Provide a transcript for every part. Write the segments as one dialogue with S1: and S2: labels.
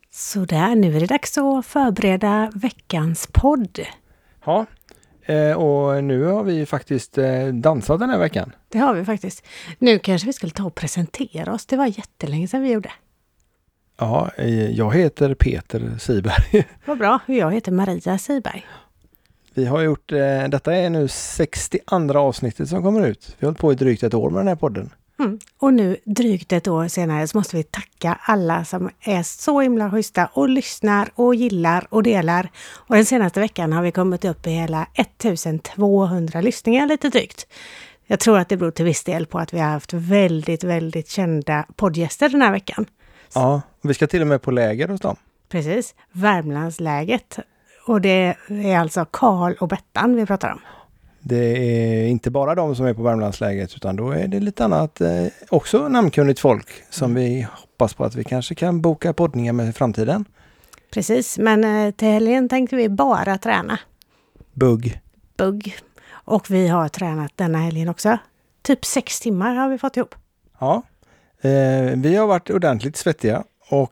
S1: Sådär, nu är det dags att förbereda veckans podd.
S2: Ja, och nu har vi faktiskt dansat den här veckan.
S1: Det har vi faktiskt. Nu kanske vi skulle ta och presentera oss. Det var jättelänge sedan vi gjorde.
S2: Ja, jag heter Peter Siberg.
S1: Vad bra, jag heter Maria Siberg.
S2: Vi har gjort, detta är nu 62 avsnittet som kommer ut. Vi har hållit på i drygt ett år med den här podden.
S1: Och nu drygt ett år senare så måste vi tacka alla som är så himla schyssta och lyssnar och gillar och delar. Och den senaste veckan har vi kommit upp i hela 1200 lyssningar lite drygt. Jag tror att det beror till viss del på att vi har haft väldigt, väldigt kända poddgäster den här veckan.
S2: Ja, vi ska till och med på läger hos dem.
S1: Precis, Värmlandsläget. Och det är alltså Karl och Bettan vi pratar om.
S2: Det är inte bara de som är på Värmlandsläget utan då är det lite annat, också namnkunnigt folk som vi hoppas på att vi kanske kan boka poddningar med i framtiden.
S1: Precis, men till helgen tänkte vi bara träna.
S2: Bugg.
S1: Och vi har tränat denna helgen också. Typ 6 timmar har vi fått ihop.
S2: Ja, vi har varit ordentligt svettiga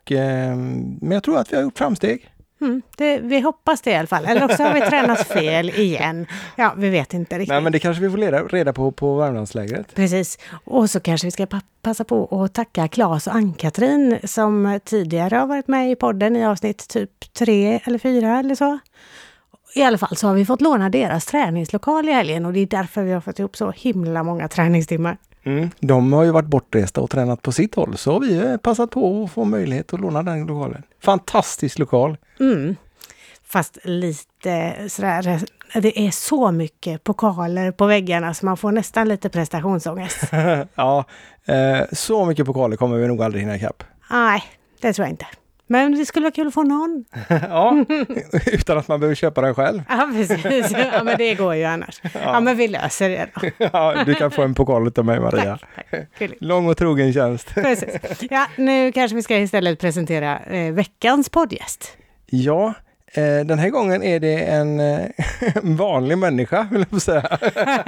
S2: men jag tror att vi har gjort framsteg.
S1: Vi hoppas det i alla fall. Eller också har vi tränat fel igen. Ja, vi vet inte riktigt.
S2: Nej, men det kanske vi får reda på Värmlandslägret. Precis.
S1: Och så kanske vi ska passa på att tacka Claes och Ann-Katrin som tidigare har varit med i podden i avsnitt typ 3 eller 4 eller så. I alla fall så har vi fått låna deras träningslokal i helgen och det är därför vi har fått ihop så himla många träningstimmar.
S2: De har ju varit bortresta och tränat på sitt håll så vi har passat på att få möjlighet att låna den lokalen. Fantastisk lokal.
S1: Fast lite sådär, det är så mycket pokaler på väggarna så man får nästan lite prestationsångest.
S2: Ja, så mycket pokaler kommer vi nog aldrig hinna ikapp.
S1: Nej, det tror jag inte. Men det skulle vara kul att få någon.
S2: Ja, utan att man behöver köpa den själv.
S1: Ja, precis. Ja, men det går ju annars. Ja, men vi löser det då.
S2: Ja, du kan få en pokal av mig, Maria.
S1: Tack.
S2: Lång och trogen tjänst.
S1: Precis. Ja, nu kanske vi ska istället presentera veckans poddgäst.
S2: Ja, den här gången är det en vanlig människa, vill jag säga.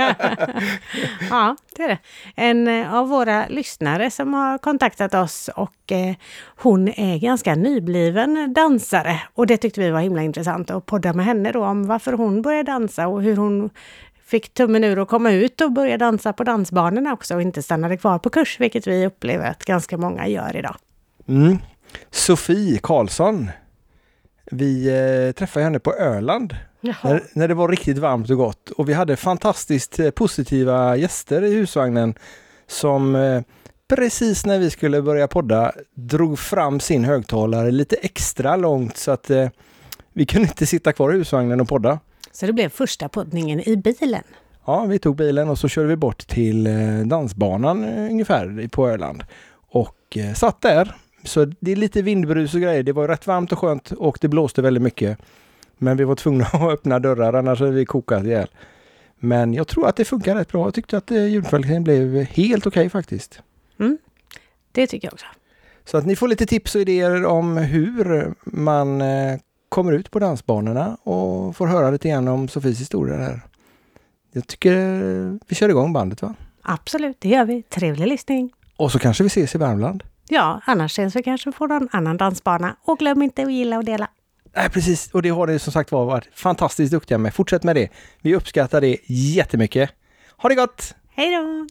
S1: Ja, det är det. En av våra lyssnare som har kontaktat oss och hon är ganska nybliven dansare. Och det tyckte vi var himla intressant att podda med henne då om varför hon började dansa och hur hon fick tummen ur och komma ut och börja dansa på dansbanorna också och inte stannade kvar på kurs, vilket vi upplever att ganska många gör idag.
S2: Sofie Karlsson. Vi träffade henne på Öland när det var riktigt varmt och gott. Och vi hade fantastiskt positiva gäster i husvagnen som precis när vi skulle börja podda drog fram sin högtalare lite extra långt så att vi kunde inte sitta kvar i husvagnen och podda.
S1: Så det blev första poddningen i bilen?
S2: Ja, vi tog bilen och så körde vi bort till dansbanan ungefär på Öland och satt där. Så det är lite vindbrus och grejer. Det var rätt varmt och skönt och det blåste väldigt mycket. Men vi var tvungna att öppna dörrar annars hade vi kokat ihjäl. Men jag tror att det funkar rätt bra. Jag tyckte att ljudkvaliteten blev helt okej faktiskt.
S1: Det tycker jag också.
S2: Så att ni får lite tips och idéer om hur man kommer ut på dansbanorna och får höra lite grann om Sofies historia där. Jag tycker vi kör igång bandet, va?
S1: Absolut, det gör vi. Trevlig lyssning.
S2: Och så kanske vi ses i Värmland.
S1: Ja, annars sen så kanske vi får någon annan dansbana. Och glöm inte att gilla och dela.
S2: Nej, precis. Och det har det som sagt varit fantastiskt duktiga med. Fortsätt med det. Vi uppskattar det jättemycket. Ha det gott!
S1: Hej då!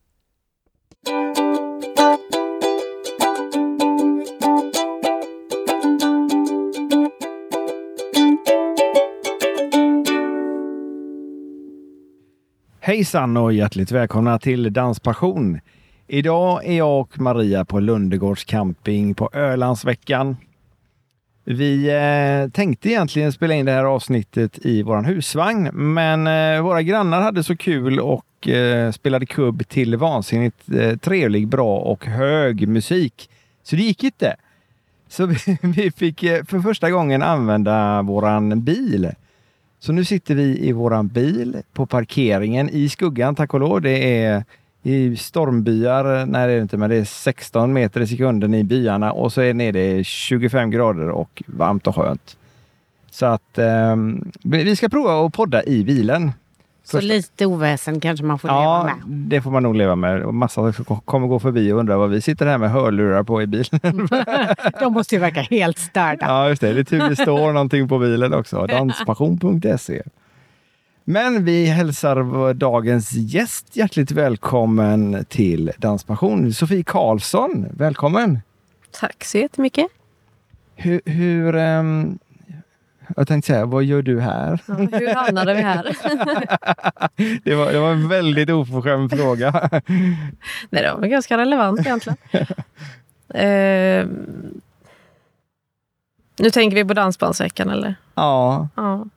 S3: Hejsan och hjärtligt välkomna till Danspassion. Idag är jag och Maria på Lundegårds camping på Ölandsveckan. Vi tänkte egentligen spela in det här avsnittet i våran husvagn, men våra grannar hade så kul och spelade kubb till vansinnigt trevlig, bra och hög musik. Så det gick inte. Så vi fick för första gången använda våran bil. Så nu sitter vi i våran bil på parkeringen i skuggan, tack och lov. Det är i stormbyar, nej det är inte, men det är 16 meter i sekunden i byarna och så är det 25 grader och varmt och skönt. Så att vi ska prova att podda i bilen.
S1: Så lite oväsen kanske man får leva med.
S3: Ja, det får man nog leva med. Och massa kommer gå förbi och undra vad vi sitter här med hörlurar på i bilen.
S1: De måste ju verka helt störda.
S3: Ja, just det. Det är tur det står någonting på bilen också. Danspassion.se. Men vi hälsar dagens gäst hjärtligt välkommen till Danspassion. Sofie Karlsson, välkommen!
S4: Tack så jättemycket.
S3: Jag tänkte säga, vad gör du här?
S4: Ja, hur hamnade vi här?
S3: Det var en väldigt oförskämd fråga.
S4: Nej, det var ganska relevant egentligen. Nu tänker vi på Dansbandsveckan, eller?
S3: Ja.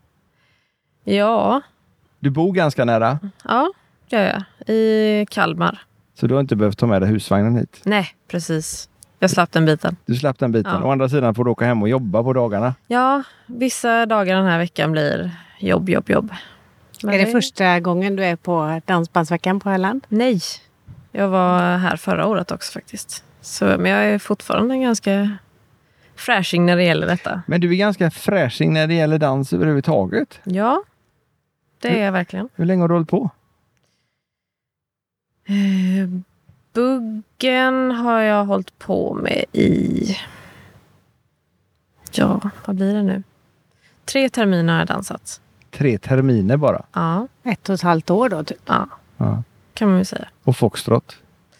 S4: Ja.
S3: Du bor ganska nära?
S4: Ja, gör jag. I Kalmar.
S3: Så du har inte behövt ta med dig husvagnen hit?
S4: Nej, precis. Jag slapp den biten.
S3: Du slapp den biten.
S4: Ja.
S3: Å andra sidan får du åka hem och jobba på dagarna.
S4: Ja, vissa dagar den här veckan blir jobb. Men
S1: Är det första gången du är på Dansbandsveckan på Öland?
S4: Nej. Jag var här förra året också faktiskt. Men jag är fortfarande ganska fräsching när det gäller detta.
S3: Men du är ganska fräsching när det gäller dans överhuvudtaget.
S4: Ja, det är jag verkligen.
S3: Hur länge har du hållit på?
S4: Buggen har jag hållit på med i... Ja, vad blir det nu? 3 terminer har jag dansat.
S3: 3 terminer bara?
S4: Ja.
S1: 1,5 år då, typ.
S4: Ja, kan man ju säga.
S3: Och foxtrot?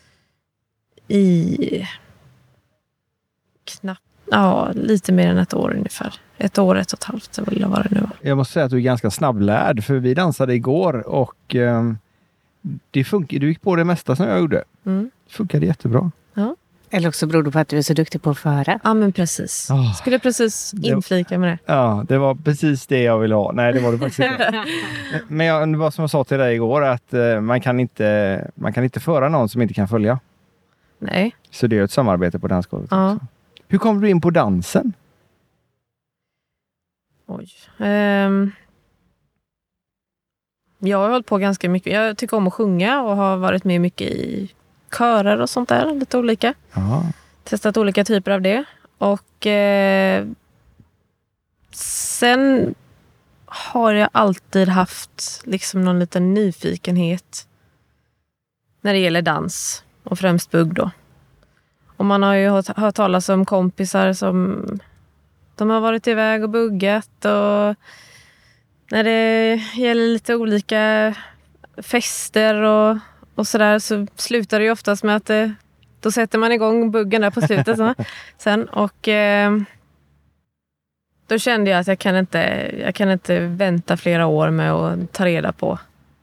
S4: I... knappt... Ja, lite mer än 1 år ungefär. 1 år, 1,5 vill jag vara det nu.
S3: Jag måste säga att du är ganska snabblärd, för vi dansade igår och det funkar. Du gick på det mesta som jag gjorde.
S4: Mm.
S3: Det funkade jättebra.
S4: Ja.
S1: Eller också beror det på att du är så duktig på att föra.
S4: Ja, men precis. Skulle precis inflika med det.
S3: Ja, det var precis det jag ville ha. Nej, det var det faktiskt inte. Men det var som jag sa till dig igår, att man kan inte föra någon som inte kan följa.
S4: Nej.
S3: Så det är ett samarbete på dansgolvet.
S4: Ja.
S3: Också. Hur kom du in på dansen?
S4: Oj. Jag har hållit på ganska mycket. Jag tycker om att sjunga och har varit med mycket i körer och sånt där. Lite olika.
S3: Ja.
S4: Testat olika typer av det. Och sen har jag alltid haft liksom någon liten nyfikenhet när det gäller dans. Och främst bugg då. Och man har ju hört talas om kompisar som de har varit iväg och buggat. Och när det gäller lite olika fester och sådär, så slutar det ju oftast med att då sätter man igång buggen där på slutet sen. Och då kände jag att jag kan inte vänta flera år med att ta reda på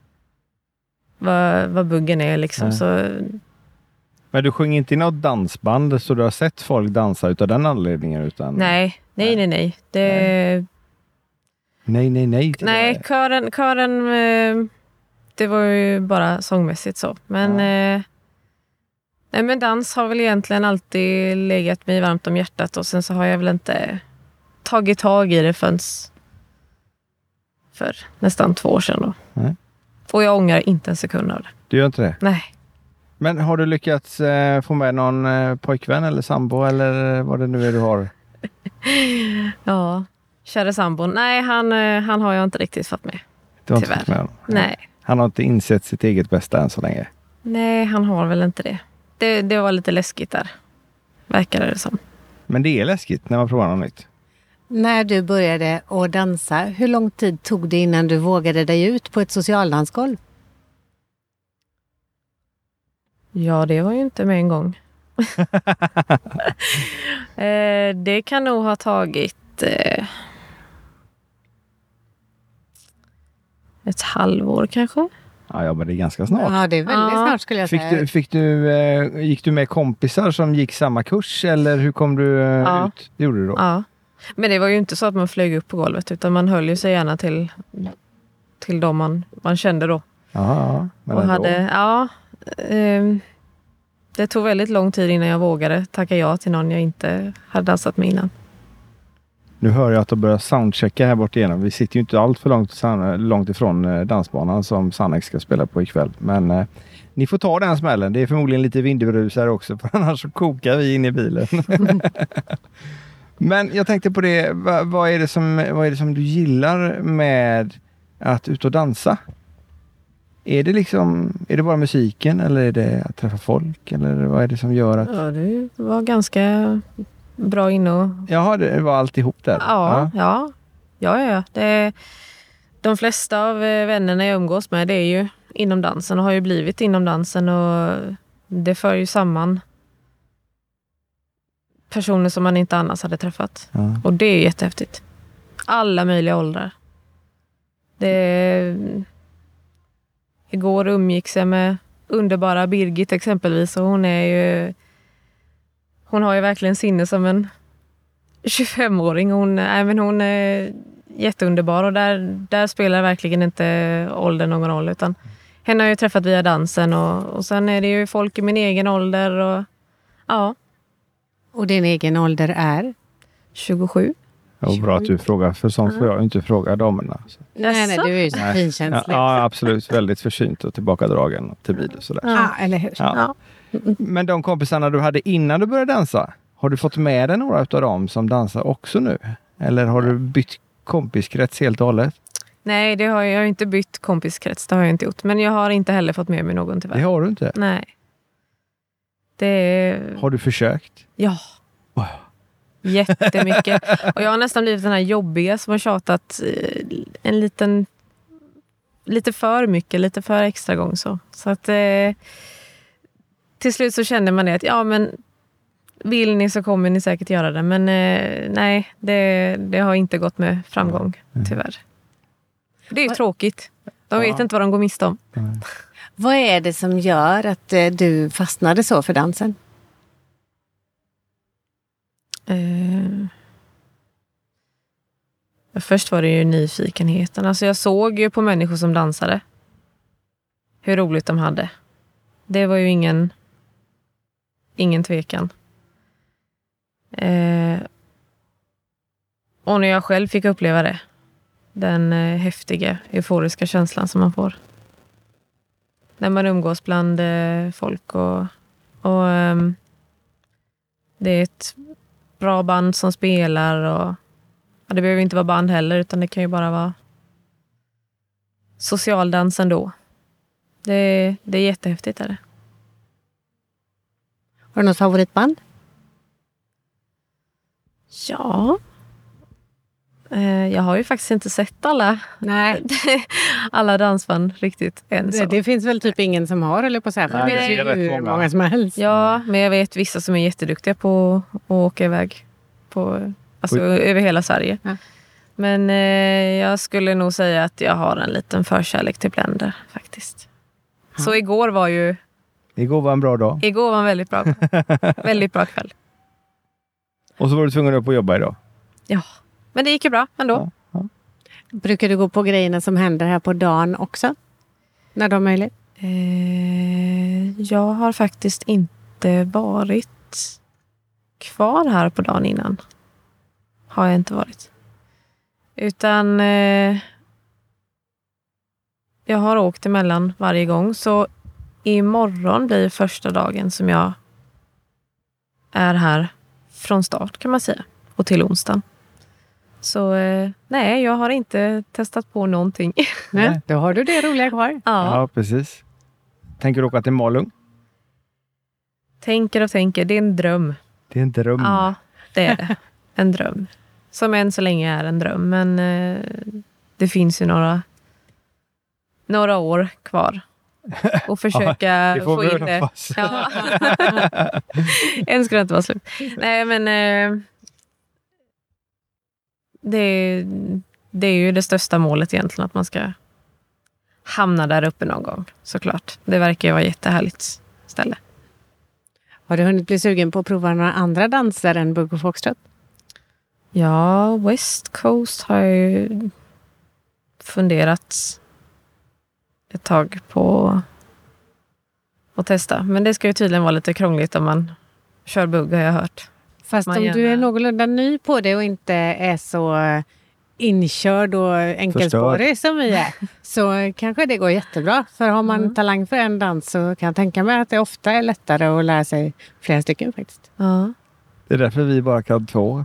S4: vad buggen är liksom. Så...
S3: Men du sjöng inte i något dansband så du har sett folk dansa utav den anledningen? Utan...
S4: Nej. Nej, kören det var ju bara sångmässigt så. Men, nej, men dans har väl egentligen alltid legat mig varmt om hjärtat. Och sen så har jag väl inte tagit tag i det förrän för nästan 2 år sedan då.
S3: Nej.
S4: Och jag ångrar inte en sekund av det.
S3: Du gör inte det?
S4: Nej.
S3: Men har du lyckats få med någon pojkvän eller sambo eller vad det nu är du har?
S4: Ja, kära sambon. Nej, han har jag inte riktigt fått med.
S3: Du har
S4: tyvärr.
S3: inte fått med honom?
S4: Nej.
S3: Han har inte insett sitt eget bästa än så länge?
S4: Nej, han har väl inte det. Det var lite läskigt där. Verkar det som.
S3: Men det är läskigt när man provar något nytt.
S1: När du började att dansa, hur lång tid tog det innan du vågade dig ut på ett socialdansgolv?
S4: Ja, det var ju inte med en gång. Det kan nog ha tagit ett halvår kanske.
S3: Ja, men det är ganska snart.
S1: Ja, det är väldigt snart skulle jag säga.
S3: Gick du med kompisar som gick samma kurs eller hur kom du ut? Det gjorde du då?
S4: Ja, men det var ju inte så att man flög upp på golvet utan man höll ju sig gärna till dem man kände då.
S3: Ja, men
S4: och
S3: ändå.
S4: Det tog väldigt lång tid innan jag vågade tacka ja till någon jag inte hade dansat med innan.
S3: Nu hör jag att de börjar soundchecka här bort igenom. Vi sitter ju inte allt för långt ifrån dansbanan som Sannex ska spela på ikväll. Men ni får ta den smällen. Det är förmodligen lite vindbrus här också. För annars så kokar vi in i bilen. Men jag tänkte på det. Vad är det som du gillar med att ut och dansa? Är det bara musiken eller är det att träffa folk eller vad är det som gör att...
S4: Ja, det var ganska bra inne och...
S3: Ja, det var alltihop där.
S4: Ja. De flesta av vännerna jag umgås med, det är ju inom dansen och har ju blivit inom dansen och det för ju samman personer som man inte annars hade träffat.
S3: Ja.
S4: Och det är jättehäftigt. Alla möjliga åldrar. Igår umgicks jag med underbara Birgit exempelvis och hon har ju verkligen sinne som en 25-åring. Hon är jätteunderbar och där spelar verkligen inte åldern någon roll utan henne har jag träffat via dansen och sen är det ju folk i min egen ålder och ja.
S1: Och din egen ålder är?
S4: 27.
S3: Ja, bra att du frågar, för sånt får jag inte fråga damerna.
S1: Nej, du är ju så finkänslig.
S3: Ja, absolut. Väldigt försynt och tillbakadragen till vid och sådär.
S1: Ja, eller hur?
S3: Ja. Men de kompisarna du hade innan du började dansa, har du fått med dig några av dem som dansar också nu? Eller har du bytt kompiskrets helt och hållet?
S4: Nej, jag har inte bytt kompiskrets, det har jag inte gjort. Men jag har inte heller fått med mig någon tyvärr.
S3: Det har du inte?
S4: Nej.
S3: Har du försökt?
S4: Ja.
S3: Wow.
S4: Jättemycket. Och jag har nästan blivit den här jobbiga som har tjatat lite för mycket, lite för extra gång så. Så att till slut så kände man det att ja men vill ni så kommer ni säkert göra det. Men nej, det har inte gått med framgång tyvärr. Det är ju tråkigt. De vet inte vad de går miste om.
S1: Vad är det som gör att du fastnade så för dansen?
S4: Först var det ju nyfikenheten. Alltså jag såg ju på människor som dansade hur roligt de hade. Det var ju ingen tvekan. Och när jag själv fick uppleva det, den häftiga, euforiska känslan som man får när man umgås bland folk och det är ett bra band som spelar och det behöver inte vara band heller utan det kan ju bara vara socialdans ändå. Det är jättehäftigt är det.
S1: Har du något favoritband?
S4: Ja. Jag har ju faktiskt inte sett alla dansband riktigt än.
S1: Det finns väl typ ingen som har eller på så här.
S3: Nej,
S1: det
S3: är
S1: är ju
S3: rätt
S1: många som helst.
S4: Ja, men jag vet vissa som är jätteduktiga på att åka iväg över hela Sverige. Ja. Men jag skulle nog säga att jag har en liten förkärlek till Blender faktiskt. Ja. Så igår var
S3: en bra dag.
S4: Igår var en väldigt bra kväll.
S3: Och så var du tvungen upp och jobba idag.
S4: Ja, men det gick ju bra ändå.
S3: Ja.
S1: Brukar du gå på grejerna som händer här på dagen också? När de är möjligt?
S4: Jag har faktiskt inte varit kvar här på dagen innan. Har jag inte varit. Utan jag har åkt emellan varje gång. Så imorgon blir första dagen som jag är här från start kan man säga. Och till onsdagen. Så nej, jag har inte testat på någonting.
S1: Nej, då har du det roliga kvar.
S3: Ja, precis. Tänker du åka till Malung?
S4: Tänker. Det är en dröm.
S3: Det är en dröm.
S4: Ja, det är det. En dröm. Som än så länge är en dröm. Men det finns ju några år kvar. Och försöka få in det. Ja. Än ska det inte vara slut. Nej, men det är ju det största målet egentligen. Att man ska hamna där uppe någon gång. Såklart. Det verkar ju vara ett jättehärligt ställe.
S1: Har du hunnit bli sugen på att prova några andra danser än bugg och foxtrot?
S4: Ja, West Coast har jag ju funderat ett tag på att testa. Men det ska ju tydligen vara lite krångligt om man kör bugg har jag hört.
S1: Fast om du är någorlunda ny på det och inte är så inkörd och enkelspårig som vi är, så kanske det går jättebra. För har man talang för en dans så kan jag tänka mig att det ofta är lättare att lära sig flera stycken faktiskt.
S4: Ja.
S3: Det är därför vi bara kan 2.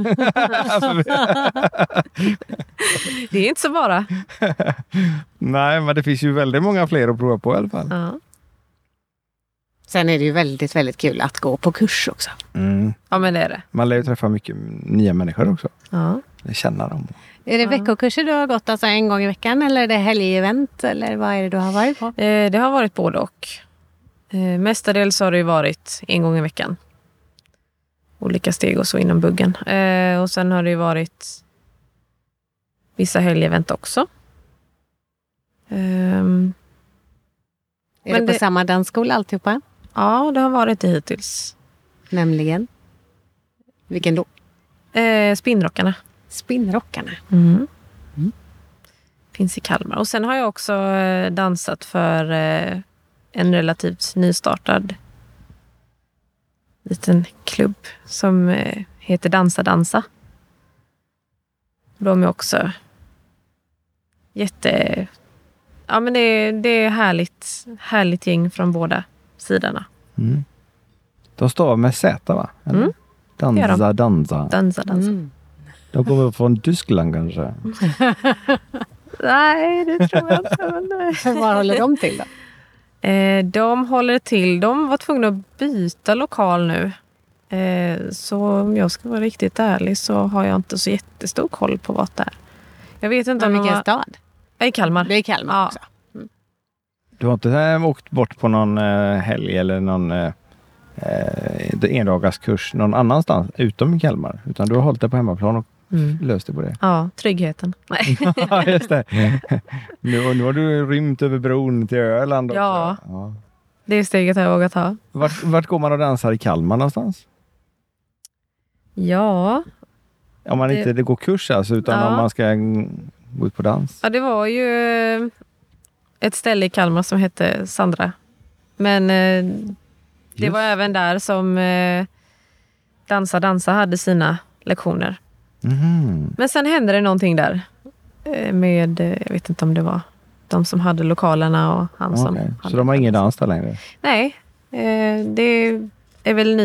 S4: Det är inte så bara.
S3: Nej, men det finns ju väldigt många fler att prova på i alla fall.
S4: Ja.
S1: Sen är det ju väldigt, väldigt kul att gå på kurs också.
S4: Ja, men det är det.
S3: Man lär ju träffa mycket nya människor också.
S4: Ja.
S3: Det känner dem.
S1: Är det veckokurser du har gått alltså en gång i veckan eller är det helgevent eller vad är det du har varit på?
S4: Det har varit både och. Mestadels har det ju varit en gång i veckan. Olika steg och så inom buggen. Och sen har det ju varit vissa helgevent också.
S1: Är det på samma dansskola alltihopa?
S4: Ja, det har varit det hittills.
S1: Nämligen? Vilken då?
S4: Spinnrockarna.
S1: Spinnrockarna.
S4: Finns i Kalmar. Och sen har jag också dansat för en relativt nystartad liten klubb som heter Dansa. De är också ja, men det är härligt gäng från båda sidorna.
S3: De står med Z, va? Eller? Dansa.
S4: Dansa.
S3: De kommer från Tyskland kanske.
S4: Nej, det tror jag inte.
S1: Vad håller de till då?
S4: De håller till. De var tvungna att byta lokal nu. Så om jag ska vara riktigt ärlig så har jag inte så jättestor koll på vad det är. Jag vet inte om
S1: vilken stad?
S4: I Kalmar.
S1: Det är Kalmar också.
S3: Du har inte åkt bort på någon helg eller någon endagskurs någon annanstans utom i Kalmar? Utan du har hållit det på hemmaplan och löst det på det?
S4: Ja, tryggheten. Nej.
S3: Ja, just det. Nu har du rymt över bron till Öland också.
S4: Ja. Det är steget jag vågat ta.
S3: Vart går man och dansar i Kalmar någonstans?
S4: Ja.
S3: Om man inte går kurs alltså, utan om man ska gå ut på dans.
S4: Ja, det var ju ett ställe i Kalmar som hette Sandra. Men det var även där som Dansa hade sina lektioner. Men sen hände det någonting där med, jag vet inte om det var de som hade lokalerna och han som hade.
S3: Så de har ingen dans där längre?
S4: Nej, det är väl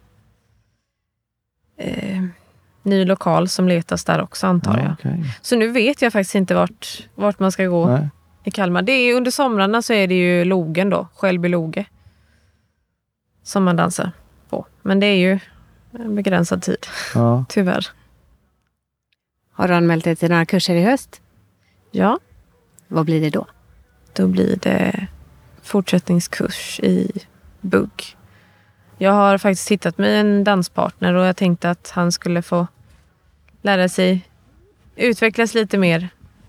S4: ny lokal som letas där också, antar jag.
S3: Okay.
S4: Så nu vet jag faktiskt inte vart man ska gå i Kalmar. Det är under somrarna så är det ju Logen då, Skälby Loge, som man dansar på. Men det är ju en begränsad tid, tyvärr.
S1: Har du anmält dig till några kurser i höst?
S4: Ja.
S1: Vad blir det då?
S4: Då blir det fortsättningskurs i bugg. Jag har faktiskt hittat mig en danspartner och jag tänkte att han skulle få lära sig utvecklas lite mer.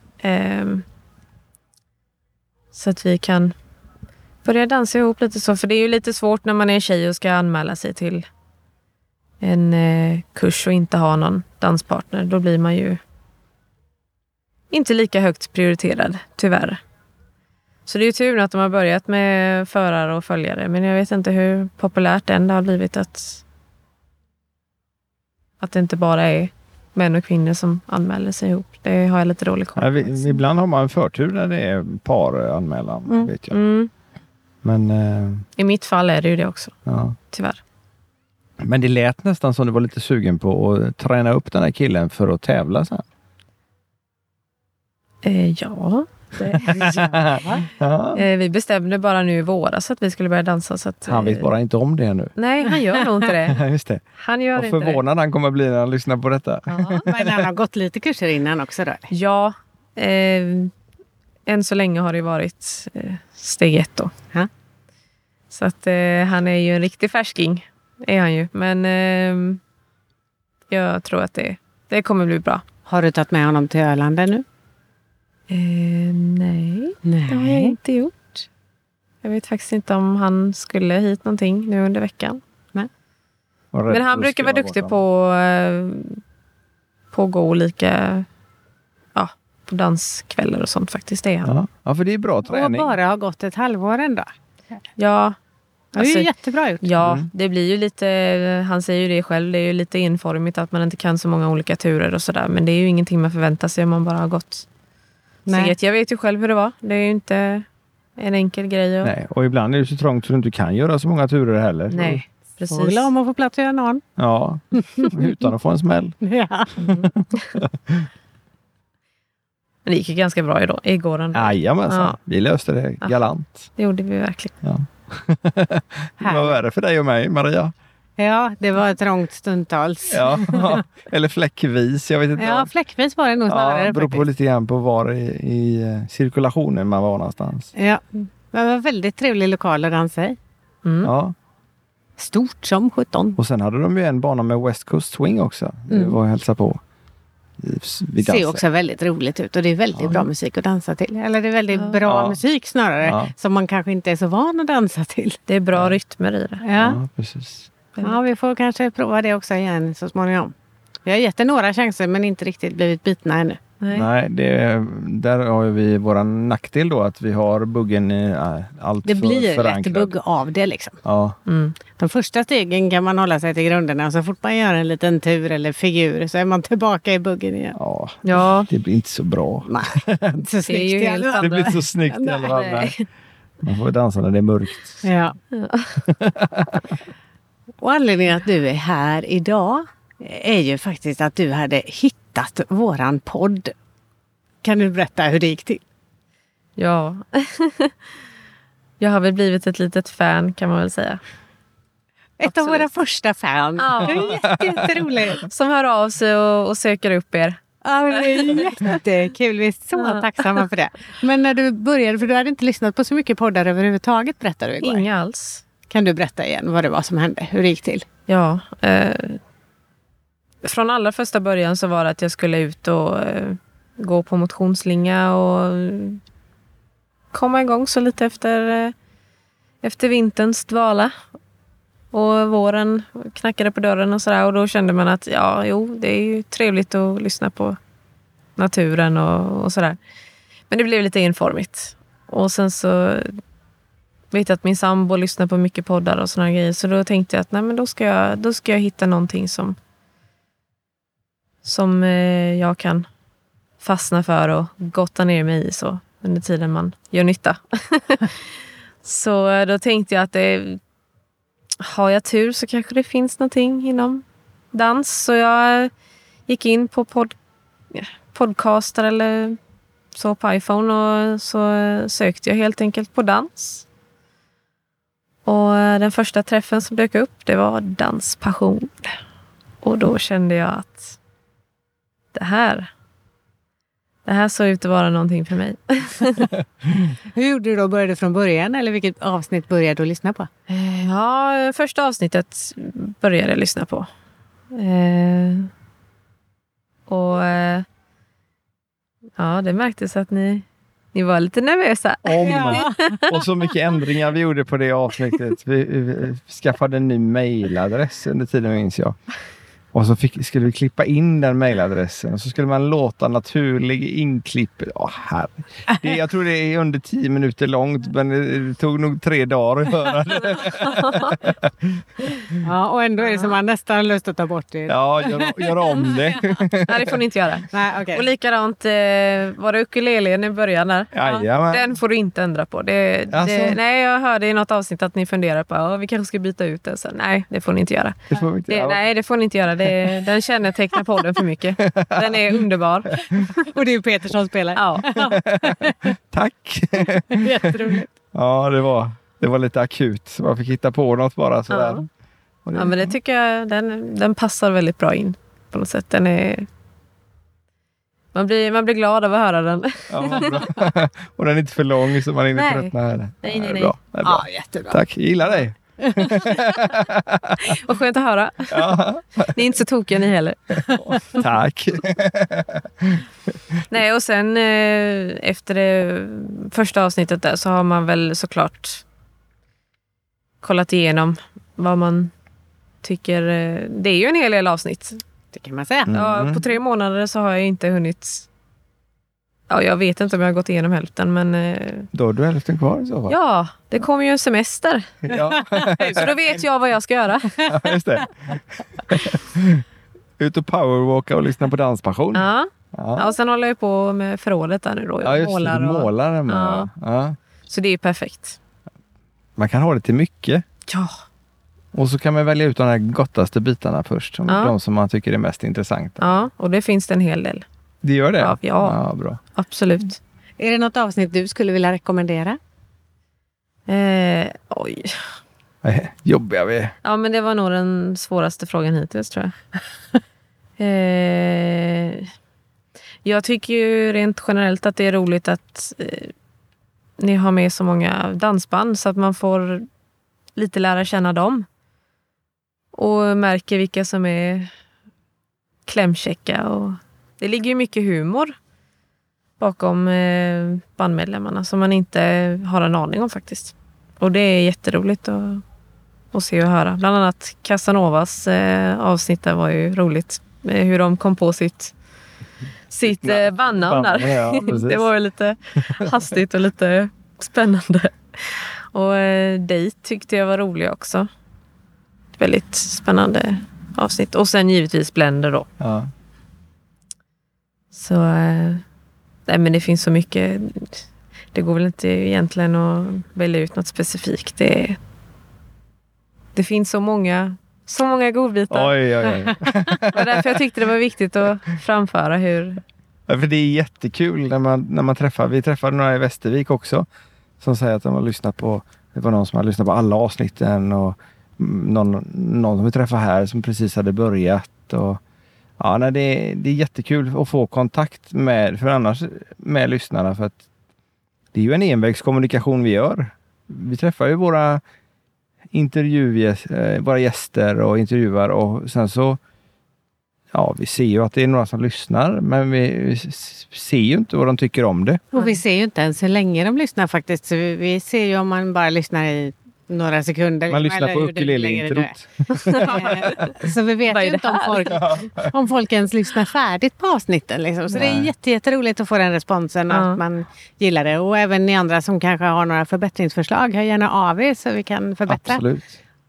S4: Så att vi kan börja dansa ihop lite så. För det är ju lite svårt när man är tjej och ska anmäla sig till en kurs och inte ha någon danspartner. Då blir man ju inte lika högt prioriterad, tyvärr. Så det är ju tur att de har börjat med förare och följare. Men jag vet inte hur populärt det har blivit att det inte bara är män och kvinnor som anmäler sig ihop. Det har jag lite dålig koll på.
S3: Ibland har man förtur när det är paranmälan, vet jag. Men,
S4: i mitt fall är det ju det också, tyvärr.
S3: Men det lät nästan som du var lite sugen på att träna upp den här killen för att tävla sen.
S4: Ja. Vi bestämde bara nu i våras att vi skulle börja dansa. Så att,
S3: han vet bara inte om det nu.
S4: Nej, han gör nog inte det.
S3: Just det.
S4: Han gör
S3: och
S4: inte det.
S3: Förvånad han kommer bli när han lyssnar på detta.
S1: Ja, men han har gått lite kurser innan också då?
S4: Ja. Än så länge har det varit steg 1 då. Så att han är ju en riktig färsking. Är han ju. Men jag tror att det kommer bli bra.
S1: Har du tagit med honom till Öland nu?
S4: Nej, det har jag inte gjort. Jag vet faktiskt inte om han skulle hit någonting nu under veckan. Nej. Men han brukar vara duktig på att gå olika på danskvällar och sånt faktiskt. Det är han.
S3: Ja, för det är bra träning.
S1: Och bara har gått ett halvår ändå.
S4: Ja.
S1: Det är ju jättebra gjort.
S4: Ja, det blir ju lite, han säger ju det själv, det är ju lite enformigt att man inte kan så många olika turer och sådär. Men det är ju ingenting man förväntar sig om man bara har gått. Nej. Jag vet ju själv hur det var. Det är ju inte en enkel grej.
S3: Nej, och ibland är det så trångt så du inte kan göra så många turer heller.
S4: Nej. Precis.
S1: Och glad om man får plats att göra någon.
S3: Ja, utan att få en smäll.
S1: Ja.
S4: Men det gick ju ganska bra igår ändå.
S3: Jajamensan,
S4: Ja.
S3: vi löste det galant.
S4: Det gjorde vi verkligen.
S3: Ja. Vad är det för dig och mig, Maria?
S1: Ja, det var trångt stundtals.
S3: Ja, eller fläckvis, jag vet inte.
S1: Ja, fläckvis var det nog snarare.
S3: Ja, beror på lite grann på var i cirkulationen man var någonstans.
S1: Ja, men det var väldigt trevlig lokal att dansa i.
S4: Mm.
S3: Ja.
S1: Stort som 17.
S3: Och sen hade de ju en bana med West Coast Swing också. Det var att hälsa på.
S1: Det ser också väldigt roligt ut och det är väldigt bra musik att dansa till. Eller det är väldigt bra musik snarare som man kanske inte är så van att dansa till.
S4: Det är bra rytmer i det.
S3: Ja, precis.
S1: Ja, vi får kanske prova det också igen så småningom. Vi har gett det några chanser men inte riktigt blivit bitna ännu.
S3: Nej, där har vi våran nackdel då att vi har buggen allt
S1: Det blir
S3: förankrad.
S1: ett bugg av det liksom.
S3: Ja.
S1: De första stegen kan man hålla sig till grunderna och så fort man gör en liten tur eller figur så är man tillbaka i buggen igen.
S4: Ja.
S3: Det blir inte så bra.
S1: Nej, inte så
S4: Det är
S1: snyggt
S4: ju
S1: i
S4: helt
S1: alla fall.
S3: Det blir så snyggt i alla fall.
S4: Nej.
S3: Man får dansa när det är mörkt.
S1: Ja. Och anledningen att du är här idag är ju faktiskt att du hade hittat våran podd. Kan du berätta hur det gick till?
S4: Ja. Jag har väl blivit ett litet fan kan man väl säga.
S1: Ett av våra första fan.
S4: Ja.
S1: Det är jätteroligt.
S4: Som hör av sig och söker upp er.
S1: Ja, det är jättekul. Vi är så tacksamma för det. Men när du började, för du hade inte lyssnat på så mycket poddar överhuvudtaget, berättade du igår.
S4: Inga alls.
S1: Kan du berätta igen vad det var som hände? Hur det gick till?
S4: Ja. Från allra första början så var det att jag skulle ut och gå på motionsslinga och komma igång så lite efter vinterns dvala. Och våren knackade på dörren och sådär. Och då kände man att det är ju trevligt att lyssna på naturen och sådär. Men det blev lite enformigt. Och sen så vet jag att min sambo lyssnar på mycket poddar och sådana grejer. Så då tänkte jag att nej, men då ska jag hitta någonting som jag kan fastna för och gotta ner mig i så under tiden man gör nytta. Så då tänkte jag att har jag tur så kanske det finns någonting inom dans. Så jag gick in på podcaster eller så på iPhone och så sökte jag helt enkelt på dans. Och den första träffen som dök upp, det var danspassion. Och då kände jag att det här såg ut att vara någonting för mig.
S1: Hur gjorde du då? Började du från början eller vilket avsnitt började du lyssna på?
S4: Ja, första avsnittet började jag lyssna på. Det märktes att ni var lite nervösa.
S3: Och så mycket ändringar vi gjorde på det avsnittet. Vi skaffade en ny mailadress under tiden, minns jag. Och så skulle vi klippa in den mailadressen. Och så skulle man låta naturlig inklipp. Jag tror det är under 10 minuter långt. Men det tog nog 3 dagar att höra det.
S1: Ja, och ändå är det som man nästan har lust att ta bort det.
S3: Ja, gör om det.
S4: Nej, det får ni inte göra.
S1: Nej, okay.
S4: Och likadant var det ukulelen i början där.
S3: Jajamän.
S4: Den får du inte ändra på. Nej, jag hörde i något avsnitt att ni funderar på vi kanske ska byta ut den. Så, nej, det får ni inte göra.
S3: Det får vi inte göra.
S4: Nej, det får ni inte göra. Den kännetecknar podden för mycket. Den är underbar.
S1: Och det är Peter som spelar.
S4: Ja.
S3: Tack.
S1: Jätteroligt.
S3: Ja, det var lite akut. Så man fick hitta på något bara sådär.
S4: Ja, men det tycker jag den passar väldigt bra in på något sätt. Den är... Man blir glad av att höra den.
S3: Ja, bra. Och den är inte för lång så man inte tröttnar här.
S4: Nej.
S3: Det är bra.
S1: Ja, jättebra.
S3: Tack, jag gillar dig.
S4: Vad skönt att höra.
S3: Ja.
S4: Ni är inte så tokiga ni heller.
S3: Tack.
S4: Nej, och sen efter det första avsnittet där så har man väl såklart kollat igenom vad man tycker. Det är ju en hel del avsnitt.
S1: Det kan man säga.
S4: Ja, på 3 månader så har jag inte hunnit. Ja, jag vet inte om jag har gått igenom hälften, men...
S3: Då har du hälften kvar i så fall.
S4: Ja, det kommer ju en semester.
S3: Ja.
S4: Så då vet jag vad jag ska göra.
S3: Ja, just det. Ut och powerwalka och lyssna på danspassion.
S4: Ja, och sen håller jag på med förrådet där nu då.
S3: Ja, just det. Målar med.
S4: Ja.
S3: Ja.
S4: Så det är perfekt.
S3: Man kan ha det till mycket.
S4: Ja.
S3: Och så kan man välja ut de här gottaste bitarna först. De som man tycker är mest intressanta.
S4: Ja, och det finns det en hel del.
S3: Det gör det?
S4: Ja,
S3: bra.
S4: Absolut.
S1: Är det något avsnitt du skulle vilja rekommendera?
S4: Oj.
S3: Jobbiga vi.
S4: Ja, men det var nog den svåraste frågan hittills, tror jag. Jag tycker ju rent generellt att det är roligt att ni har med så många dansband så att man får lite lära känna dem. Och märker vilka som är klämkäcka. Och det ligger ju mycket humor bakom bandmedlemmarna som man inte har en aning om faktiskt. Och det är jätteroligt att se och höra. Bland annat Casanovas avsnitt där var ju roligt. Hur de kom på sitt bandnamn där.
S3: Ja,
S4: det var ju lite hastigt och lite spännande. Och Date tyckte jag var rolig också. Väldigt spännande avsnitt. Och sen givetvis Blender då.
S3: Ja.
S4: Så nej, men det finns så mycket. Det går väl inte egentligen att välja ut något specifikt. Det finns så många godbitar.
S3: Oj.
S4: Det var därför jag tyckte det var viktigt att framföra hur...
S3: Ja, för det är jättekul när man träffar. Vi träffade några i Västervik också. Som säger att de har lyssnat på... Det var någon som har lyssnat på alla avsnitten. Och någon som vi träffade här som precis hade börjat. Och, ja, nej, det är jättekul att få kontakt med lyssnarna. För att det är ju en envägskommunikation vi gör. Vi träffar ju våra gäster och intervjuar. Och sen så... Ja, vi ser ju att det är några som lyssnar, men vi ser ju inte vad de tycker om det.
S1: Och vi ser ju inte ens hur länge de lyssnar faktiskt. Så vi ser ju om man bara lyssnar i några sekunder.
S3: Man lyssnar på ukulele-introt.
S1: Så vi vet ju inte om folk ens lyssnar färdigt på avsnitten. Liksom. Så det är jätteroligt att få den responsen och att man gillar det. Och även ni andra som kanske har några förbättringsförslag, hör gärna av er så vi kan förbättra.
S3: Absolut.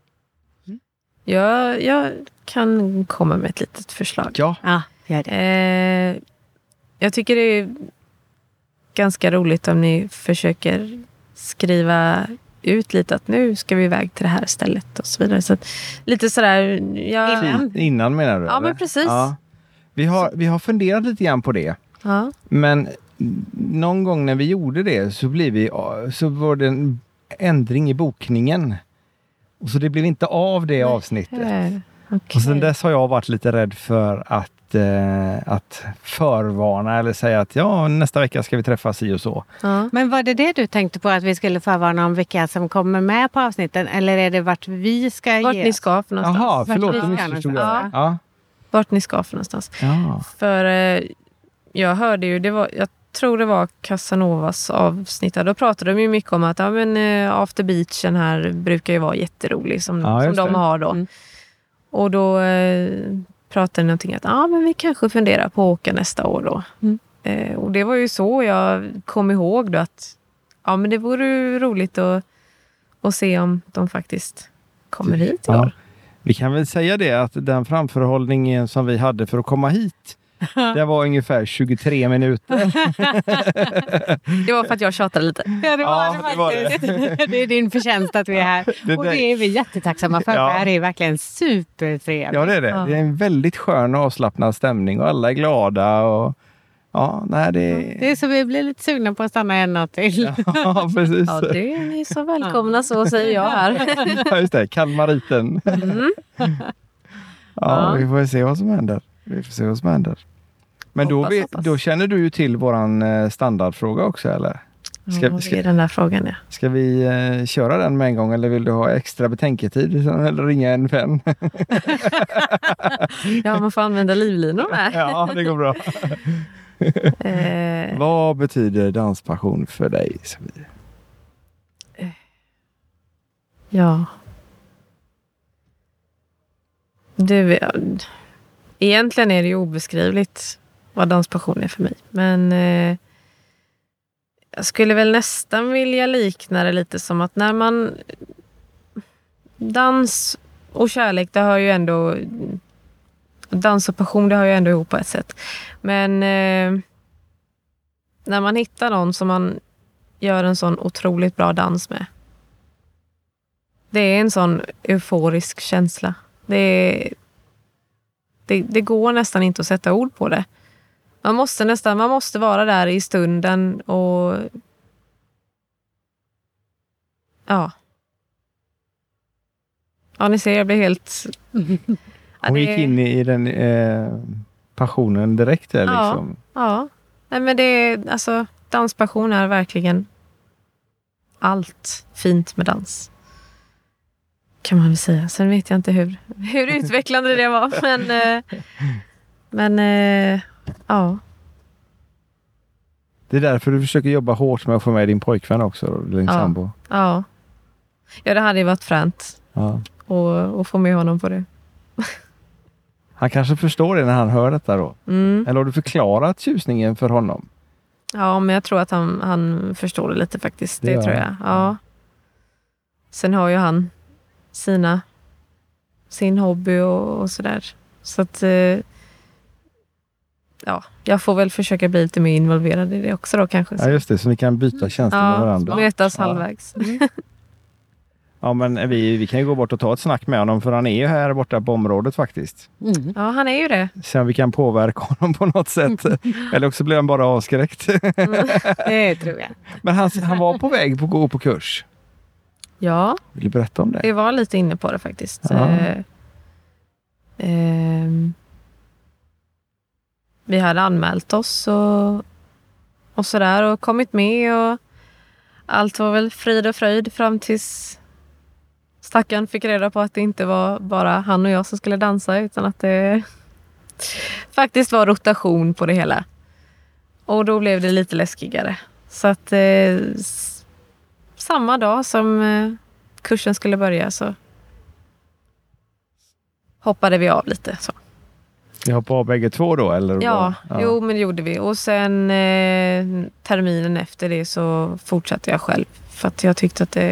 S4: Jag kan komma med ett litet förslag.
S3: Ja,
S1: gör det.
S4: Jag tycker det är ganska roligt om ni försöker skriva ut lite att nu ska vi iväg till det här stället och så vidare. Så att, lite sådär...
S3: Innan menar du?
S4: Ja,
S3: eller?
S4: men precis.
S3: Ja. Vi har funderat lite grann på det.
S4: Ja.
S3: Men någon gång när vi gjorde det så var det en ändring i bokningen. Och så det blev inte av det avsnittet.
S4: Okay.
S3: Och sen dess har jag varit lite rädd för att förvarna eller säga att nästa vecka ska vi träffas i och så.
S1: Ja. Men var det du tänkte på, att vi skulle förvarna om vilka som kommer med på avsnitten? Eller är det vart vi ska
S4: Vart ni ska för någonstans?
S3: Jaha, förlåt, det missförstod jag. Ja.
S4: Vart ni ska för någonstans.
S3: Ja.
S4: För jag hörde ju, jag tror det var Casanovas avsnitt. Då pratade de ju mycket om att After Beachen här brukar ju vara jätterolig som de har då. Mm. Och då pratade de någonting att men vi kanske funderar på att åka nästa år då. Mm. Och det var ju så jag kom ihåg då att men det vore roligt att se om de faktiskt kommer hit i år.
S3: Vi kan väl säga det att den framförhållningen som vi hade för att komma hit, det var ungefär 23 minuter.
S4: Det var för att jag tjatade lite.
S1: Ja, det var det. Det är din förtjänst att vi är här. Och det är vi jättetacksamma för. Ja. Det här är verkligen supertrevligt.
S3: Ja, det är det. Ja. Det är en väldigt skön och avslappnad stämning och alla är glada. Och det
S1: är så vi blir lite sugna på att stanna en natt till.
S3: Ja, precis.
S4: Ja, det är ni så välkomna, så säger jag här.
S3: Ja, just det. Kalmariten.
S4: Mm.
S3: Vi får se vad som händer. Men
S4: hoppas.
S3: Då känner du ju till våran standardfråga också, eller?
S4: Ska den där frågan, ja.
S3: Ska vi köra den med en gång, eller vill du ha extra betänketid eller ringa en vän?
S4: Ja, man får använda livlinor med.
S3: Ja, det går bra. Vad betyder danspassion för dig, Sofie?
S4: Ja. Egentligen är det ju obeskrivligt vad danspassion är för mig. Men jag skulle väl nästan vilja likna det lite som att när man... Dans och kärlek, det har ju ändå... Dans och passion, det har ju ändå ihop på ett sätt. Men när man hittar någon som man gör en sån otroligt bra dans med. Det är en sån euforisk känsla. Det går nästan inte att sätta ord på det. Man måste vara där i stunden och ja, ni ser, jag blir helt...
S3: Hon gick in i den passionen direkt där liksom.
S4: Ja. Nej, men det är, alltså, danspassion är verkligen allt fint med dans. Kan man väl säga. Sen vet jag inte hur utvecklande det var. Men ja.
S3: Det är därför du försöker jobba hårt med att få med din pojkvän också, din sambo.
S4: Ja, det hade ju varit fränt.
S3: Ja.
S4: Och få med honom på det.
S3: Han kanske förstår det när han hör detta då. Eller har du förklarat tjusningen för honom?
S4: Ja, men jag tror att han förstår det lite faktiskt. Det tror jag. Ja. Sen har ju han sin hobby och sådär. Så att jag får väl försöka bli lite mer involverad i det också då kanske.
S3: Ja, just det. Så ni kan byta tjänster med varandra.
S4: Mötas halvvägs.
S3: Ja, men vi kan ju gå bort och ta ett snack med honom, för han är ju här borta på området faktiskt.
S4: Ja, han är ju det.
S3: Sen vi kan påverka honom på något sätt. Eller också blir han bara avskräckt.
S1: Det tror jag.
S3: Men han var på väg på att gå på kurs.
S4: Ja.
S3: Vill du berätta om det?
S4: Vi var lite inne på det faktiskt. Vi hade anmält oss och sådär och kommit med och allt var väl frid och fröjd fram tills stackaren fick reda på att det inte var bara han och jag som skulle dansa, utan att det faktiskt var rotation på det hela. Och då blev det lite läskigare. Så att samma dag som kursen skulle börja så hoppade vi av lite så.
S3: Vi hoppade av bägge två då? Eller?
S4: Ja, jo, men det gjorde vi. Och sen terminen efter det så fortsatte jag själv. För att jag tyckte att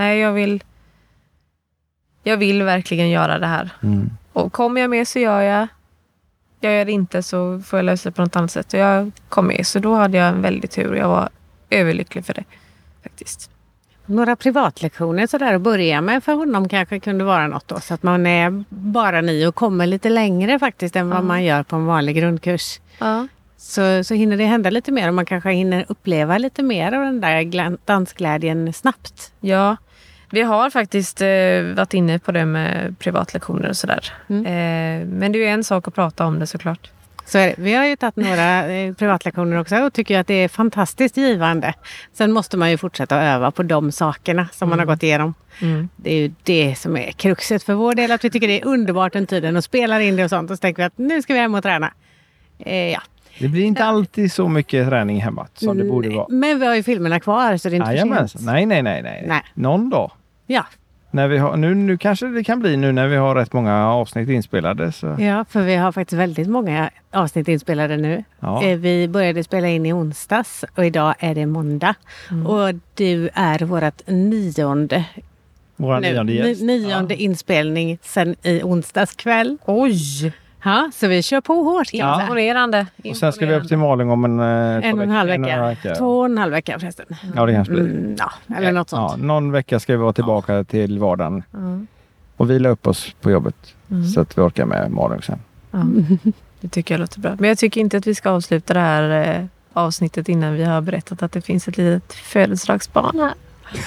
S4: jag vill verkligen göra det här. Och kommer jag med så gör jag. Gör jag det inte så får jag lösa det på något annat sätt. Och jag kom med, så då hade jag en väldigt tur. Jag var överlycklig för det faktiskt.
S1: Några privatlektioner sådär att börja med för honom kanske kunde vara något då. Så att man är bara 9 och kommer lite längre faktiskt än vad man gör på en vanlig grundkurs.
S4: Ja.
S1: Så hinner det hända lite mer och man kanske hinner uppleva lite mer av den där dansglädjen snabbt.
S4: Ja, vi har faktiskt varit inne på det med privatlektioner och sådär. Men det är ju en sak att prata om det såklart.
S1: Så är det. Vi har ju tagit några privatlektioner också och tycker att det är fantastiskt givande. Sen måste man ju fortsätta att öva på de sakerna som man har gått igenom. Det är ju det som är kruxet för vår del, att vi tycker det är underbart den tiden och spelar in det och sånt. Och så tänker vi att nu ska vi hem och träna. Ja.
S3: Det blir inte alltid så mycket träning hemma som det borde vara.
S1: Men vi har ju filmerna kvar så det är inte för sent.
S3: Nej. Någon dag.
S1: Ja.
S3: När vi har, nu kanske det kan bli nu när vi har rätt många avsnitt inspelade. Så.
S1: Ja, för vi har faktiskt väldigt många avsnitt inspelade nu.
S3: Ja.
S1: Vi började spela in i onsdags och idag är det måndag. Och du är vårt nionde inspelning sen i onsdags kväll.
S4: Oj!
S1: Ja, så vi kör på hårt.
S3: Ja.
S4: Imponerande.
S3: Och sen ska vi upp till Malung om en
S1: och en halv vecka. 2,5 vecka förresten.
S3: Ja, det kanske blir.
S1: Eller något sånt.
S3: Ja, någon vecka ska vi vara tillbaka till vardagen. Och vila upp oss på jobbet. Så att vi orkar med Malung sen.
S4: Ja. Det tycker jag låter bra. Men jag tycker inte att vi ska avsluta det här avsnittet innan vi har berättat att det finns ett litet födelsedagsbarn här.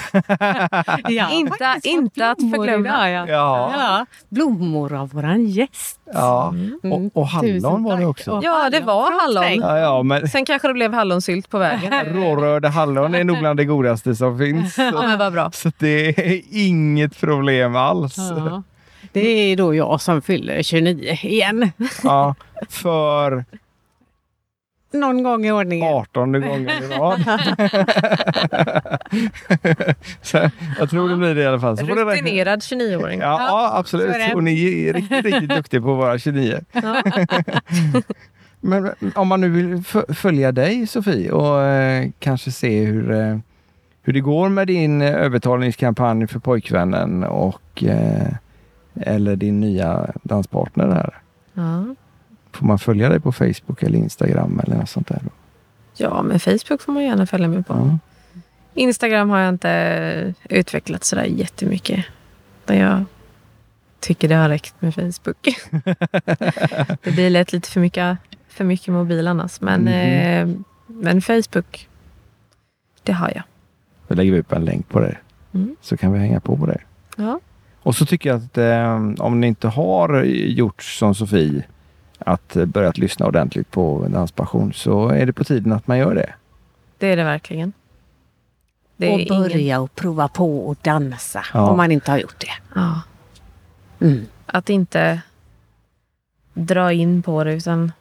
S4: inte att förglömma.
S1: Ja. Blommor av våran gäst.
S3: Ja. Och hallon var det också.
S4: Ja, det var hallon.
S3: Ja, men...
S4: Sen kanske det blev hallonsylt på vägen.
S3: Rårörda hallon är nog bland det godaste som finns.
S4: Ja, men vad bra.
S3: Så det är inget problem alls.
S1: Ja. Det är då jag som fyller 29 igen.
S3: Ja, för...
S1: Någon gång i ordningen.
S3: 18 gånger i rad. Så jag tror det blir det i alla fall. Så
S4: rutinerad 29-åring.
S3: Ja, absolut. Och ni är riktigt duktiga på att vara 29. Ja. Men om man nu vill följa dig, Sofie, och kanske se hur det går med din övertalningskampanj för pojkvännen och eller din nya danspartner här.
S4: Ja.
S3: Får man följa dig på Facebook eller Instagram eller något sånt där?
S4: Ja, men Facebook får man gärna följa mig på. Ja. Instagram har jag inte utvecklat sådär jättemycket. Utan jag tycker det har räckt med Facebook. Det blir lätt lite för mycket mobil annars. Men Facebook, det har jag.
S3: Då lägger vi upp en länk på det. Så kan vi hänga på det.
S4: Ja.
S3: Och så tycker jag att om ni inte har gjort som Sofie, att börjat lyssna ordentligt på Danspassion, så är det på tiden att man gör det.
S4: Det är det verkligen. Det
S1: och
S4: är
S1: börja och prova på och dansa om man inte har gjort det.
S4: Ja.
S1: Mm.
S4: Att inte dra in på det, utan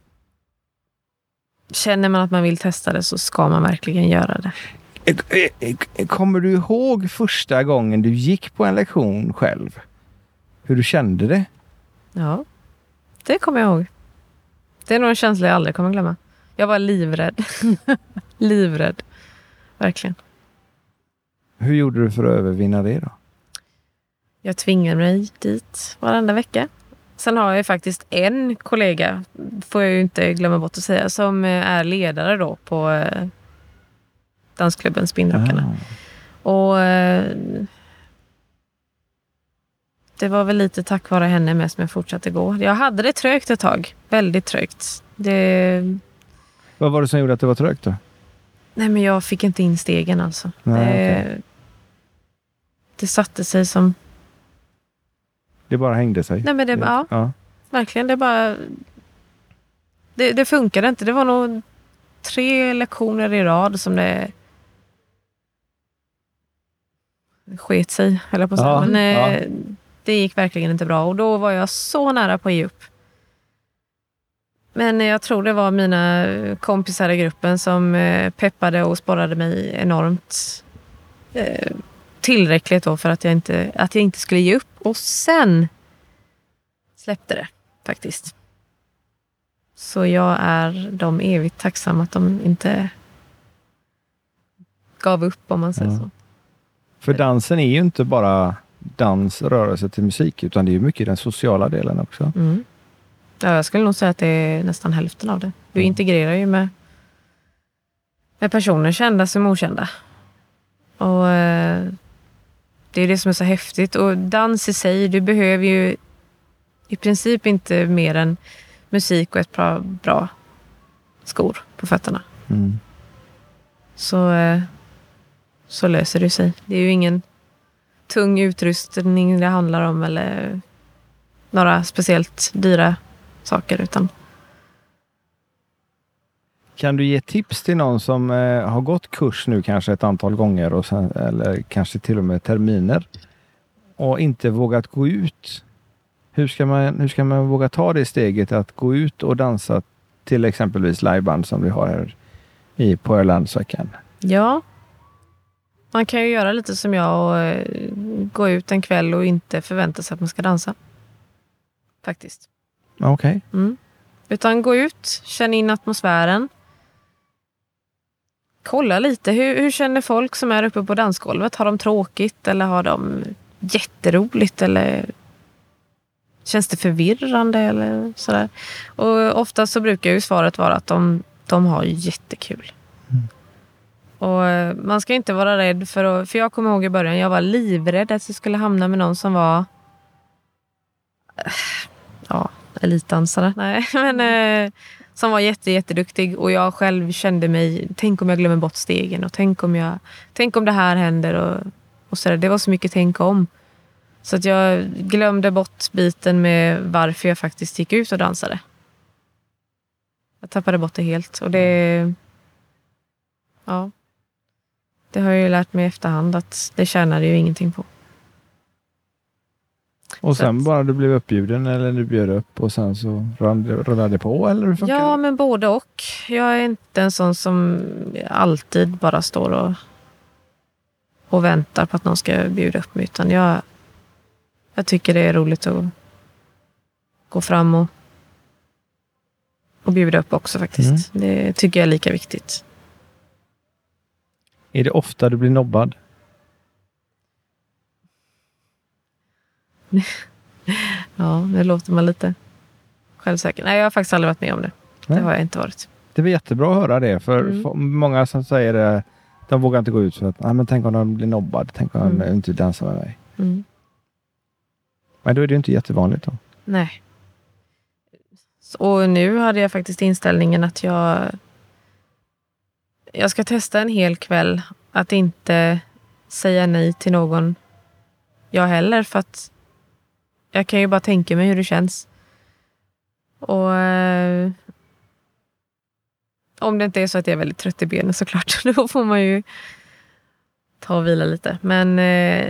S4: känner man att man vill testa det så ska man verkligen göra det.
S3: Kommer du ihåg första gången du gick på en lektion själv? Hur du kände det?
S4: Ja, det kommer jag ihåg. Det är nog en känsla jag aldrig kommer glömma. Jag var livrädd. Livrädd. Verkligen.
S3: Hur gjorde du för att övervinna det då?
S4: Jag tvingade mig dit varenda vecka. Sen har jag faktiskt en kollega, får jag ju inte glömma bort att säga, som är ledare då på dansklubben Spinnrockarna. Och det var väl lite tack vare henne mest som jag fortsatte gå. Jag hade det trögt ett tag. Väldigt trögt.
S3: Vad var det som gjorde att det var trögt då?
S4: Nej, men jag fick inte in stegen alltså. Det satte sig som...
S3: Det bara hängde sig?
S4: Nej, men det bara... Ja. Verkligen. Det bara... Det funkade inte. Det var nog 3 lektioner i rad som det... sket sig, eller på så. Men det gick verkligen inte bra. Och då var jag så nära på att ge upp. Men jag tror det var mina kompisar i gruppen som peppade och sporrade mig enormt. Tillräckligt då för att jag inte skulle ge upp. Och sen släppte det faktiskt. Så jag är dem evigt tacksam att de inte gav upp, om man säger så.
S3: För dansen är ju inte bara rörelse till musik, utan det är ju mycket den sociala delen också.
S4: Mm. Ja, jag skulle nog säga att det är nästan hälften av det. Du integrerar ju med personer, kända som okända. Och det är det som är så häftigt. Och dans i sig, du behöver ju i princip inte mer än musik och ett bra skor på fötterna.
S3: Mm.
S4: Så löser det sig. Det är ju ingen tung utrustning det handlar om, eller några speciellt dyra saker, utan...
S3: Kan du ge tips till någon som har gått kurs nu kanske ett antal gånger och sen, eller kanske till och med terminer och inte vågat gå ut? Hur ska man våga ta det steget att gå ut och dansa till exempelvis liveband som vi har här på Ölandsveckan? Ja.
S4: Man kan ju göra lite som jag och gå ut en kväll och inte förvänta sig att man ska dansa. Faktiskt.
S3: Okej.
S4: Mm. Utan gå ut, känn in atmosfären. Kolla lite, hur känner folk som är uppe på dansgolvet? Har de tråkigt eller har de jätteroligt? Eller känns det förvirrande eller sådär? Och ofta så brukar ju svaret vara att de har jättekul. Mm. Och man ska inte vara rädd för jag kommer ihåg i början, jag var livrädd att jag skulle hamna med någon som var elitdansare. Nej, men som var jätteduktig, och jag själv kände mig, tänk om jag glömmer bort stegen, och tänk om det här händer och så där. Det var så mycket tänka om. Så att jag glömde bort biten med varför jag faktiskt gick ut och dansade. Jag tappade bort det helt, och det har jag ju lärt mig i efterhand att det tjänade ju ingenting på.
S3: Och sen bara du blev uppbjuden eller du bjöd upp och sen så rullade det på, eller hur funkar det?
S4: Ja, men både och. Jag är inte en sån som alltid bara står och väntar på att någon ska bjuda upp mig, utan jag tycker det är roligt att gå fram och bjuda upp också faktiskt. Det tycker jag är lika viktigt.
S3: Är det ofta du blir nobbad?
S4: Ja, nu låter man lite självsäker. Nej, jag har faktiskt aldrig varit med om det.
S3: Nej.
S4: Det har jag inte varit.
S3: Det var jättebra att höra det, för många som säger det, de vågar inte gå ut för att, men tänk om de blir nobbad, tänk om de inte dansar med mig.
S4: Mm.
S3: Men då är det ju inte jättevanligt då.
S4: Nej. Och nu hade jag faktiskt inställningen att jag ska testa en hel kväll att inte säga nej till någon jag heller, för att jag kan ju bara tänka mig hur det känns. Och om det inte är så att jag är väldigt trött i benen såklart, då får man ju ta och vila lite. Men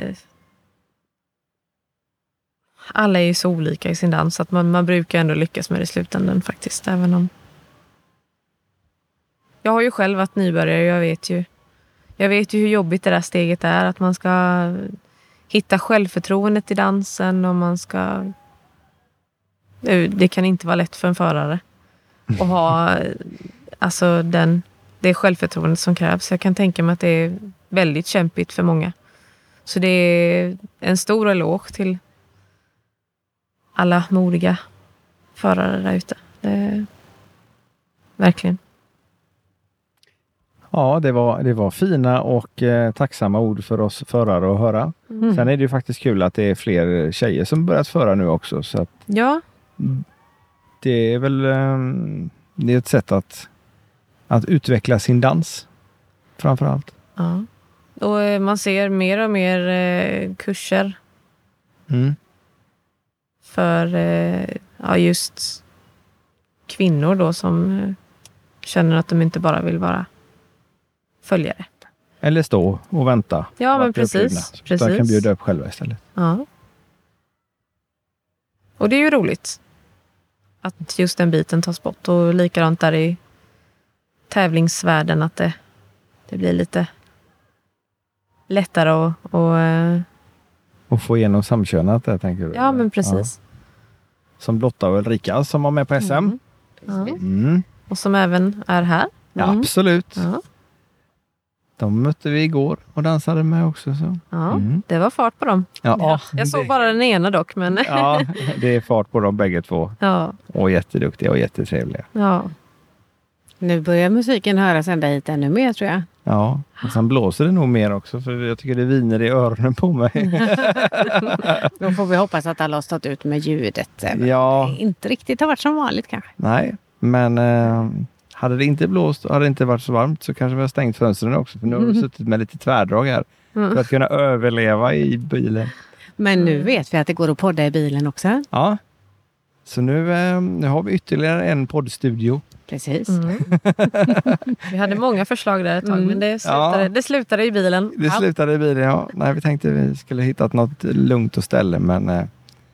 S4: alla är ju så olika i sin dans, så att man brukar ändå lyckas med det i slutändan faktiskt. Även om jag har ju själv varit nybörjare, jag vet ju hur jobbigt det där steget är, att man ska hitta självförtroendet i dansen, och man ska... Det kan inte vara lätt för en förare att ha alltså det självförtroendet som krävs. Jag kan tänka mig att det är väldigt kämpigt för många. Så det är en stor eloge till alla modiga förare där ute. Verkligen.
S3: Ja, det var fina och tacksamma ord för oss förare att höra. Sen är det ju faktiskt kul att det är fler tjejer som börjat föra nu också. Så att
S4: Ja.
S3: Det är väl det är ett sätt att utveckla sin dans framförallt.
S4: Ja. Och man ser mer och mer kurser för just kvinnor då som känner att de inte bara vill vara följare.
S3: Eller stå och vänta.
S4: Ja, men precis.
S3: Så de kan bjuda upp själva istället.
S4: Ja. Och det är ju roligt att just den biten tas bort. Och likadant där i tävlingsvärlden, att det blir lite lättare
S3: Och få igenom samkönat där, tänker du?
S4: Ja, men precis.
S3: Ja. Som Lotta och Ulrika som var med på SM.
S4: Ja. Och som även är här.
S3: Ja, absolut.
S4: Ja.
S3: De mötte vi igår och dansade med också. Så.
S4: Ja, det var fart på dem.
S3: Ja,
S4: jag såg bara den ena dock. Men...
S3: ja, det är fart på dem bägge två.
S4: Ja.
S3: Och jätteduktiga och jättetrevliga.
S4: Ja.
S1: Nu börjar musiken höras ända hit ännu mer, tror jag.
S3: Ja, och sen blåser det nog mer också, för jag tycker det viner i öronen på mig.
S1: Då får vi hoppas att alla har stått ut med ljudet.
S3: Ja.
S1: Inte riktigt har varit som vanligt kanske.
S3: Nej, men hade det inte blåst och hade det inte varit så varmt så kanske vi har stängt fönstren också. För nu har vi suttit med lite tvärdrag här för att kunna överleva i bilen.
S1: Men nu vet vi att det går att podda i bilen också.
S3: Ja, så nu har vi ytterligare en poddstudio.
S1: Precis.
S4: Vi hade många förslag där ett tag, men det slutade i bilen.
S3: Det slutade i bilen, ja. Nej, vi tänkte vi skulle hittat något lugnt och ställe, men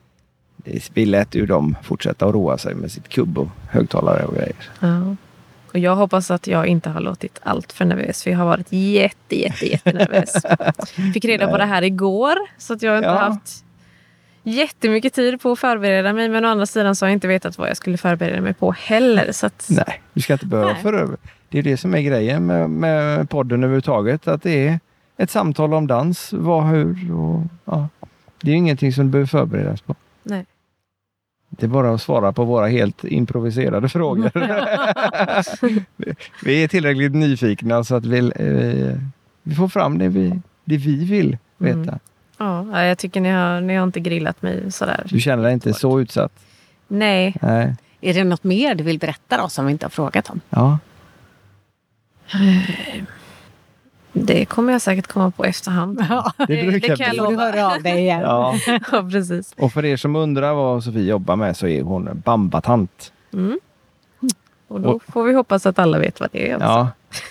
S3: vi lät ju dem fortsätta att roa sig med sitt kubb och högtalare och grejer.
S4: Ja. Och jag hoppas att jag inte har låtit allt för nervös, för jag har varit jättenervös. Fick reda på det här igår, så att jag inte haft jättemycket tid på att förbereda mig, men å andra sidan så har jag inte vetat vad jag skulle förbereda mig på heller. Så att...
S3: Nej, du ska inte behöva föröver. Det är det som är grejen med podden överhuvudtaget, att det är ett samtal om dans, vad, hur och ja. Det är ju ingenting som du behöver förberedas på.
S4: Nej.
S3: Det är bara att svara på våra helt improviserade frågor. Vi är tillräckligt nyfikna så att vi får fram det vi vill veta.
S4: Ja, jag tycker ni har inte grillat mig sådär.
S3: Du känner dig inte så utsatt?
S4: Nej.
S1: Är det något mer du vill berätta då som vi inte har frågat om?
S3: Ja.
S4: Det kommer jag säkert komma på efterhand.
S1: Ja,
S3: det
S4: kan jag lova.
S1: Du hör av dig igen.
S3: Ja.
S4: Ja, precis.
S3: Och för er som undrar vad Sofie jobbar med så är hon bambatant.
S4: Och då får vi hoppas att alla vet vad det är.
S3: Ja.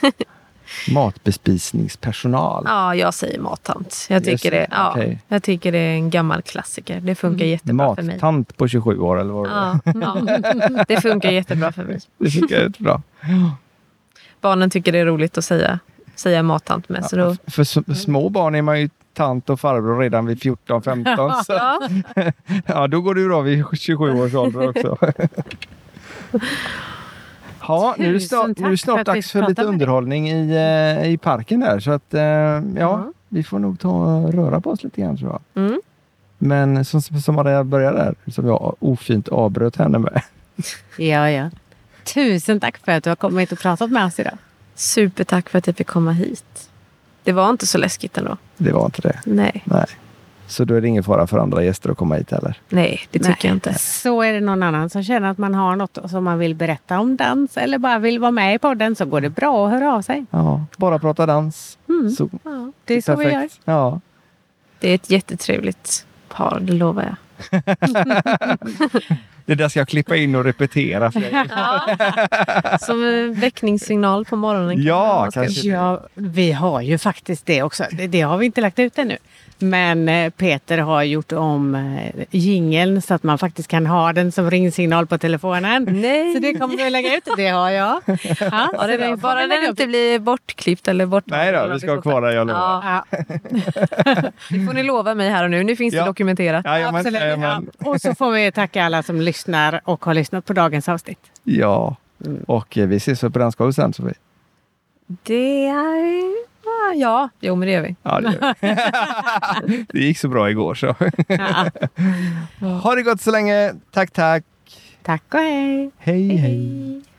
S3: Matbespisningspersonal.
S4: Ja, jag säger mattant. Jag tycker det är en gammal klassiker. Det funkar jättebra för mig.
S3: Mattant på 27 år eller vad
S4: ja. Det funkar jättebra för mig.
S3: Det funkar jättebra.
S4: Barnen tycker det är roligt att säga mattant med. Så då...
S3: För små barn är man ju tant och farbror redan vid 14-15. Så. Ja, då går det ju bra vid 27 års ålder också. Ja, nu är det snart dags för lite underhållning i parken där. Så att vi får nog ta och röra på oss lite grann, tror jag. Men som Maria började där, som jag ofint avbröt henne med.
S1: Ja. Tusen tack för att du har kommit och pratat med oss idag.
S4: Supertack för att jag fick komma hit. Det var inte så läskigt ändå.
S3: Det var inte det.
S4: Nej.
S3: Så då är det ingen fara för andra gäster att komma hit heller.
S4: Nej, det tycker jag inte.
S1: Så är det någon annan som känner att man har något som man vill berätta om dans eller bara vill vara med i podden, så går det bra att höra av sig.
S3: Ja, bara prata dans. Så,
S1: Ja, det är så vi gör.
S3: Ja.
S4: Det är ett jättetrevligt par, det lovar jag.
S3: Det där ska jag klippa in och repetera för dig.
S4: Som en väckningssignal på morgonen.
S3: Ja, kanske.
S1: Ja, vi har ju faktiskt det också. Det har vi inte lagt ut ännu. Men Peter har gjort om jingeln så att man faktiskt kan ha den som ringsignal på telefonen.
S4: Nej.
S1: Så det kommer vi att lägga ut. Det har jag. Ja,
S4: Ja, det är bara den inte blir bortklippt eller bort.
S3: Nej då, vi ska ha kvar det, jag lovar.
S4: Ja.
S1: Ja,
S4: Det får ni lova mig här och nu. Nu finns det dokumenterat.
S3: Jajamän,
S1: absolut. Ja.
S3: jajamän.
S1: Och så får vi tacka alla som lyssnar och har lyssnat på dagens avsnitt.
S3: Ja, och vi ses på dansgolvet sen, Sofie.
S4: Det är... Ja, jo men det gör vi.
S3: Ja, det gör vi. Det gick så bra igår så.
S1: Ja.
S3: Ha det gott så länge. Tack, tack.
S1: Tack och hej!
S3: Hej, hej.